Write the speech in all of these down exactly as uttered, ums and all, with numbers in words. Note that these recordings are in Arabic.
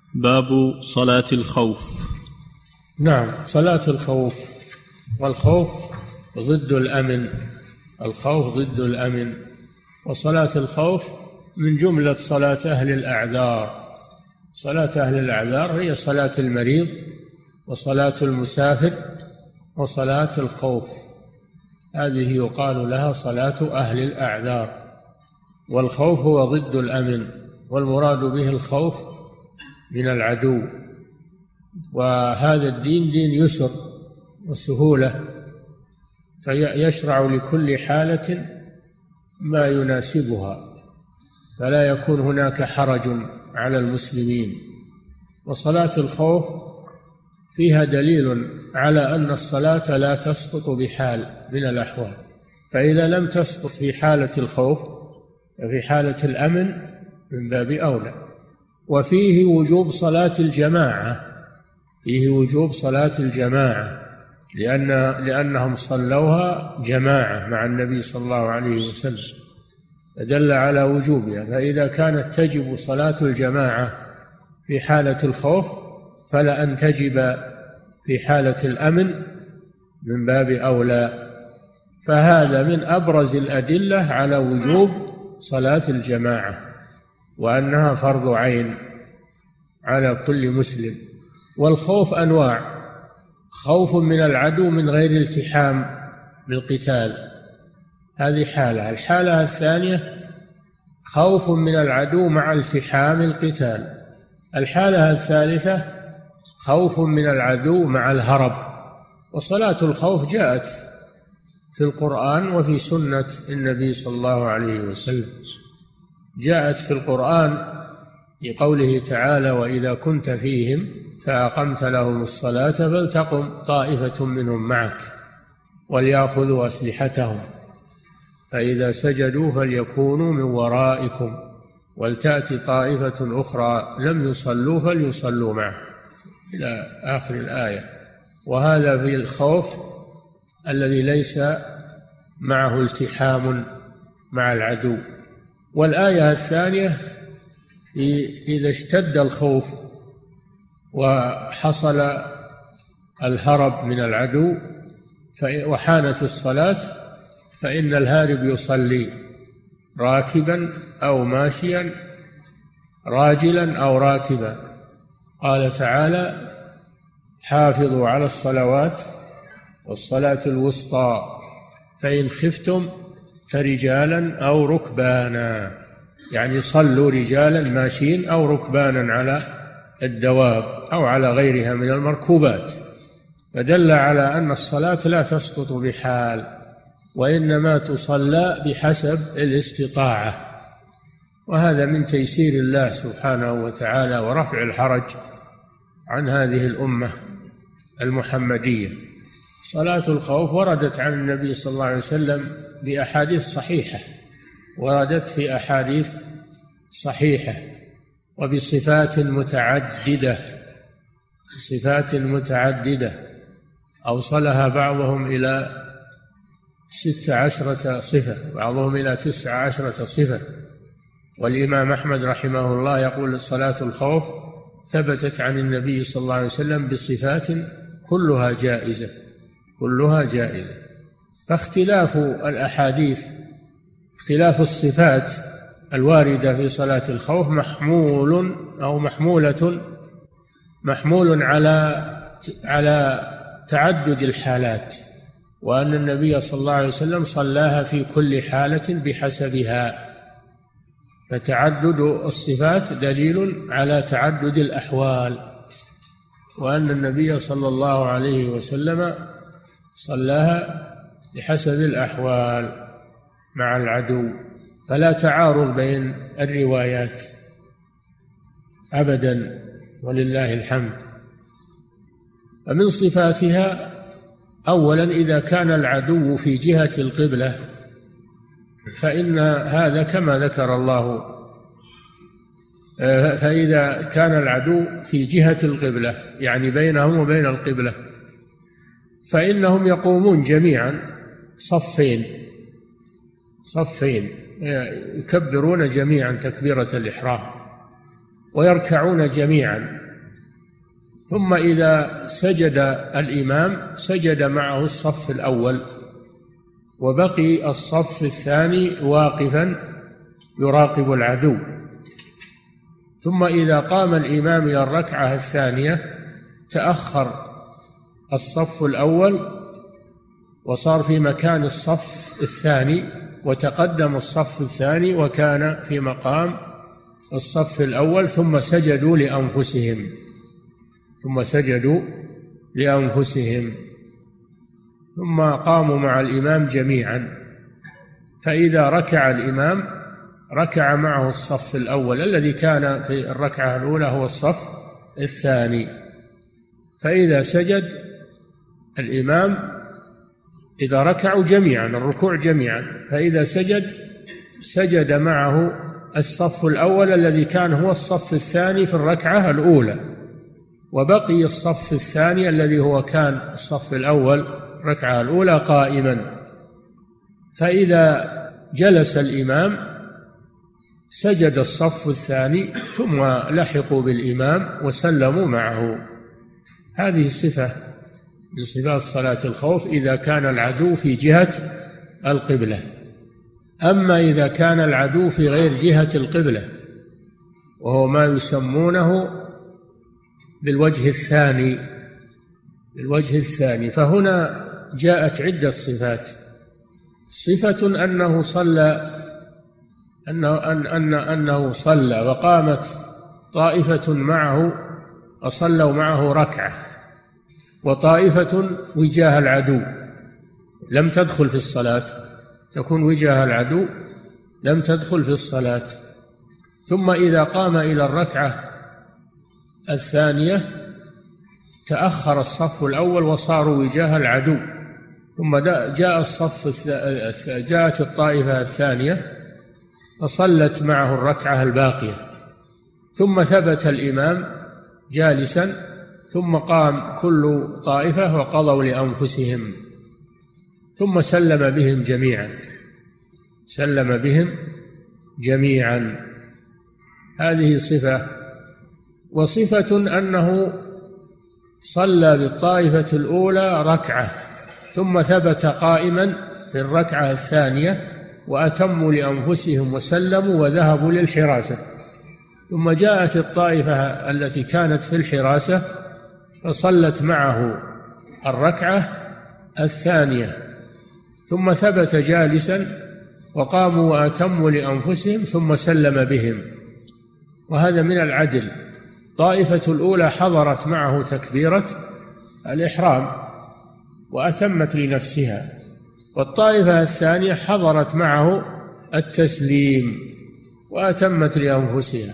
باب صلاة الخوف. نعم، صلاة الخوف. والخوف ضد الأمن، الخوف ضد الأمن. وصلاة الخوف من جملة صلاة أهل الأعذار. صلاة أهل الأعذار هي صلاة المريض وصلاة المسافر وصلاة الخوف، هذه يقال لها صلاة أهل الأعذار. والخوف هو ضد الأمن، والمراد به الخوف من العدو. وهذا الدين دين يسر وسهولة، فيشرع لكل حالة ما يناسبها، فلا يكون هناك حرج على المسلمين. وصلاة الخوف فيها دليل على أن الصلاة لا تسقط بحال من الأحوال، فإذا لم تسقط في حالة الخوف في حالة الأمن من باب أولى. وفيه وجوب صلاة الجماعة، فيه وجوب صلاة الجماعة لأن لأنهم صلوها جماعة مع النبي صلى الله عليه وسلم، فدل على وجوبها. فإذا كانت تجب صلاة الجماعة في حالة الخوف فلا أن تجب في حالة الأمن من باب أولى. فهذا من أبرز الأدلة على وجوب صلاة الجماعة، وأنها فرض عين على كل مسلم. والخوف أنواع: خوف من العدو من غير التحام بالقتال، هذه حالة. الحالة الثانية خوف من العدو مع التحام القتال. الحالة الثالثة خوف من العدو مع الهرب. وصلاة الخوف جاءت في القرآن وفي سنة النبي صلى الله عليه وسلم. جاءت في القرآن لقوله تعالى: وإذا كنت فيهم فأقمت لهم الصلاة فلتقم طائفة منهم معك وليأخذوا أسلحتهم فإذا سجدوا فليكونوا من ورائكم ولتأتي طائفة أخرى لم يصلوا فليصلوا معه، إلى آخر الآية. وهذا في الخوف الذي ليس معه التحام مع العدو. والآية الثانية إذا اشتد الخوف وحصل الهرب من العدو وحانت الصلاة فإن الهارب يصلي راكبا أو ماشيا، راجلا أو راكبا. قال تعالى: حافظوا على الصلوات والصلاة الوسطى فإن خفتم فرجالا أو ركبانا، يعني صلوا رجالا ماشيين أو ركبانا على الدواب أو على غيرها من المركوبات. فدل على أن الصلاة لا تسقط بحال، وإنما تصلى بحسب الاستطاعة. وهذا من تيسير الله سبحانه وتعالى ورفع الحرج عن هذه الأمة المحمدية. صلاة الخوف وردت عن النبي صلى الله عليه وسلم بأحاديث صحيحة، وردت في أحاديث صحيحة وبصفات متعددة، صفات متعددة أوصلها بعضهم إلى ست عشرة صفة، بعضهم إلى تسع عشرة صفة. والإمام أحمد رحمه الله يقول: صلاة الخوف ثبتت عن النبي صلى الله عليه وسلم بصفات كلها جائزة، كلها جائزة. فاختلاف الأحاديث، اختلاف الصفات الواردة في صلاة الخوف محمول أو محمولة محمول على على تعدد الحالات، وأن النبي صلى الله عليه وسلم صلاها في كل حالة بحسبها. فتعدد الصفات دليل على تعدد الأحوال، وأن النبي صلى الله عليه وسلم صلاها بحسب الأحوال مع العدو، فلا تعارض بين الروايات أبدا، ولله الحمد. ومن صفاتها: أولا إذا كان العدو في جهة القبلة فإن هذا كما ذكر الله، فإذا كان العدو في جهة القبلة يعني بينهم وبين القبلة فإنهم يقومون جميعا صفين صفين يكبرون جميعا تكبيرة الإحرام، ويركعون جميعا. ثم إذا سجد الإمام سجد معه الصف الأول، وبقي الصف الثاني واقفا يراقب العدو. ثم إذا قام الإمام إلى الركعة الثانية تأخر الصف الأول وصار في مكان الصف الثاني، وتقدم الصف الثاني وكان في مقام الصف الأول، ثم سجدوا لأنفسهم ثم سجدوا لأنفسهم ثم قاموا مع الإمام جميعا. فإذا ركع الإمام ركع معه الصف الأول الذي كان في الركعة الأولى هو الصف الثاني. فإذا سجد الإمام، إذا ركعوا جميعا الركوع جميعا، فإذا سجد سجد معه الصف الأول الذي كان هو الصف الثاني في الركعة الأولى، وبقي الصف الثاني الذي هو كان الصف الأول الركعة الأولى قائما. فإذا جلس الإمام سجد الصف الثاني ثم لحقوا بالإمام وسلموا معه. هذه صفة من صفات صلاة الخوف إذا كان العدو في جهة القبلة. أما إذا كان العدو في غير جهة القبلة وهو ما يسمونه بالوجه الثاني بالوجه الثاني فهنا جاءت عدة صفات. صفة أنه صلى أنه, أن أن أنه صلى وقامت طائفة معه وصلوا معه ركعة، وطائفة وجاه العدو لم تدخل في الصلاة، تكون وجاه العدو لم تدخل في الصلاة. ثم إذا قام إلى الركعة الثانية تأخر الصف الأول وصاروا وجاه العدو، ثم جاء الصف جاءت الطائفة الثانية فصلت معه الركعة الباقية، ثم ثبت الإمام جالسا، ثم قام كل طائفة وقضوا لأنفسهم، ثم سلم بهم جميعا سلم بهم جميعا. هذه صفة. وصفة أنه صلى بالطائفة الأولى ركعة ثم ثبت قائما في الركعة الثانية وأتموا لأنفسهم وسلموا وذهبوا للحراسة، ثم جاءت الطائفة التي كانت في الحراسة فصلت معه الركعة الثانية، ثم ثبت جالسا وقاموا وأتموا لأنفسهم ثم سلم بهم. وهذا من العدل. طائفة الأولى حضرت معه تكبيرة الإحرام وأتمت لنفسها، والطائفة الثانية حضرت معه التسليم وأتمت لأنفسها.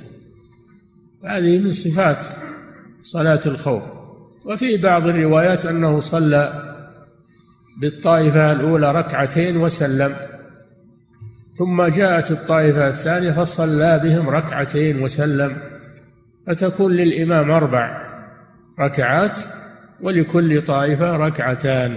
هذه من صفات صلاة الخوف. وفي بعض الروايات أنه صلى بالطائفة الأولى ركعتين وسلم، ثم جاءت الطائفة الثانية فصلى بهم ركعتين وسلم، فتكون للإمام أربع ركعات ولكل طائفة ركعتان.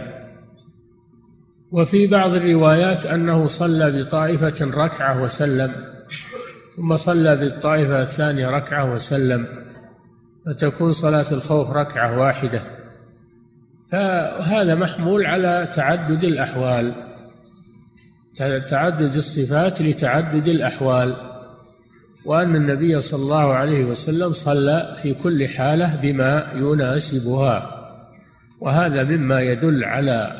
وفي بعض الروايات أنه صلى بطائفة ركعة وسلم، ثم صلى بالطائفة الثانية ركعة وسلم، فتكون صلاة الخوف ركعة واحدة. فهذا محمول على تعدد الأحوال، تعدد الصفات لتعدد الأحوال، وأن النبي صلى الله عليه وسلم صلى في كل حالة بما يناسبها. وهذا مما يدل على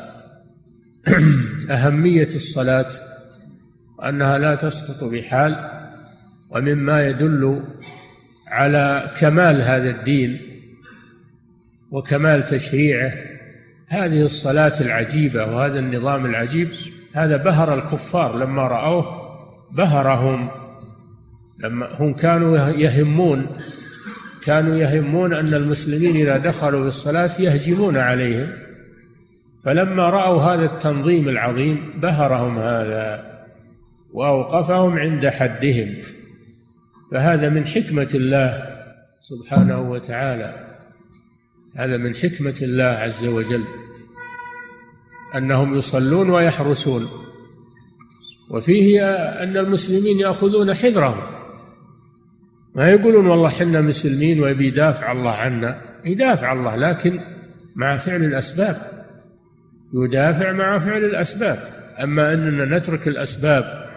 أهمية الصلاة وأنها لا تسقط بحال، ومما يدل على كمال هذا الدين وكمال تشريعه هذه الصلاة العجيبة وهذا النظام العجيب. هذا بهر الكفار لما رأوه، بهرهم لما هم كانوا يهمون كانوا يهمون أن المسلمين إذا دخلوا في الصلاة يهجمون عليهم، فلما رأوا هذا التنظيم العظيم بهرهم هذا وأوقفهم عند حدهم. فهذا من حكمة الله سبحانه وتعالى، هذا من حكمة الله عز وجل أنهم يصلون ويحرسون. وفيه أن المسلمين يأخذون حذرهم، ما يقولون والله حنا مسلمين ويبي يدافع الله عنا، يدافع الله لكن مع فعل الأسباب، يدافع مع فعل الأسباب. أما أننا نترك الأسباب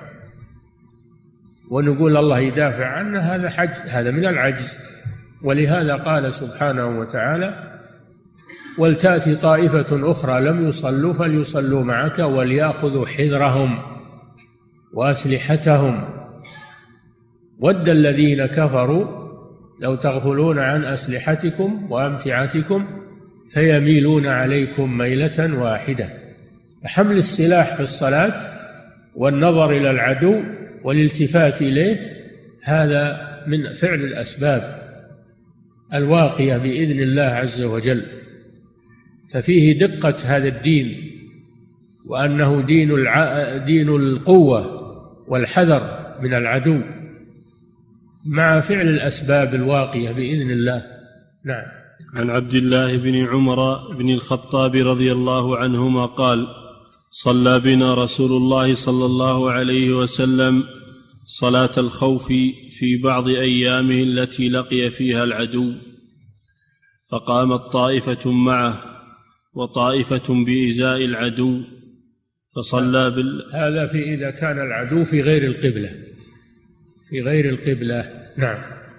ونقول الله يدافع عنا هذا حج، هذا من العجز. ولهذا قال سبحانه وتعالى: ولتأتي طائفة أخرى لم يصلوا فليصلوا معك وليأخذوا حذرهم وأسلحتهم ود الذين كفروا لو تغفلون عن أسلحتكم وأمتعتكم فيميلون عليكم ميلة واحدة. حمل السلاح في الصلاة والنظر إلى العدو والالتفات إليه هذا من فعل الأسباب الواقية بإذن الله عز وجل. ففيه دقة هذا الدين، وأنه دين الع... دين القوة والحذر من العدو مع فعل الأسباب الواقية بإذن الله. نعم. عن عبد الله بن عمر بن الخطاب رضي الله عنهما قال: صلى بنا رسول الله صلى الله عليه وسلم صلاة الخوف في بعض أيامه التي لقي فيها العدو، فقامت طائفة معه وطائفة بإزاء العدو فصلى بال هذا في إذا كان العدو في غير القبلة، في غير القبلة. نعم.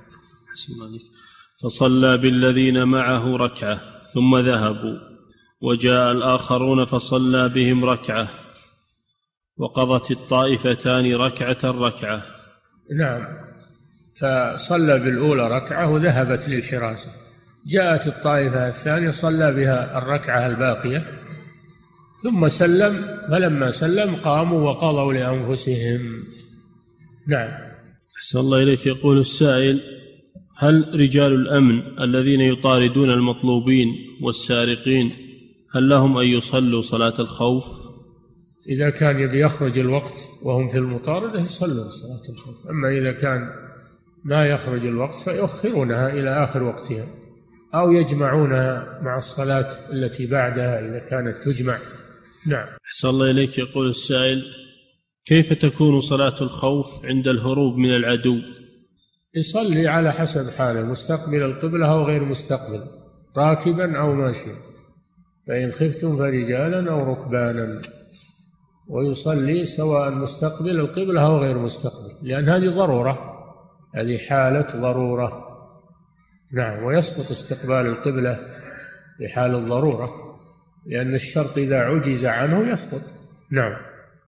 فصلى بالذين معه ركعة ثم ذهبوا، وجاء الآخرون فصلى بهم ركعة، وقضت الطائفتان ركعة ركعة. نعم. فصلى بالأولى ركعة وذهبت للحراسة، جاءت الطائفة الثانية صلى بها الركعة الباقية ثم سلم، فلما سلم قاموا وقضوا لأنفسهم. نعم. أحسن الله إليك. يقول السائل: هل رجال الأمن الذين يطاردون المطلوبين والسارقين هل لهم أن يصلوا صلاة الخوف؟ إذا كان يبي يخرج الوقت وهم في المطاردة يصلون صلاة الخوف، أما إذا كان ما يخرج الوقت فيؤخرونها إلى آخر وقتها أو يجمعونها مع الصلاة التي بعدها إذا كانت تجمع. نعم. أحسن الله إليك. يقول السائل: كيف تكون صلاة الخوف عند الهروب من العدو؟ يصلي على حسب حاله، مستقبل القبلة أو غير مستقبل، راكبا أو ماشيا، فإن خفتم فرجالا أو ركبانا، ويصلي سواء مستقبل القبلة أو غير مستقبل، لأن هذه ضرورة، هذه حالة ضرورة. نعم. ويسقط استقبال القبلة في حال الضرورة، لأن الشرط إذا عجز عنه يسقط. نعم.